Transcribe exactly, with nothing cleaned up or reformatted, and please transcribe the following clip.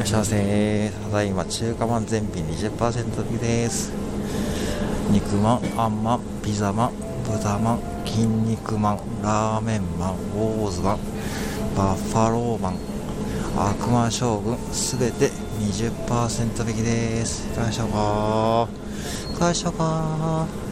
らっしゃいませ。ただいま中華まん全品 にじゅっパーセント 引きです。肉まん、あんまん、ピザまん、豚まん、筋肉まん、ラーメンまん、オーズまん、バッファローまん、悪魔将軍すべて にじゅっパーセント 引きです。いかがでしょうかいかがでしょうか。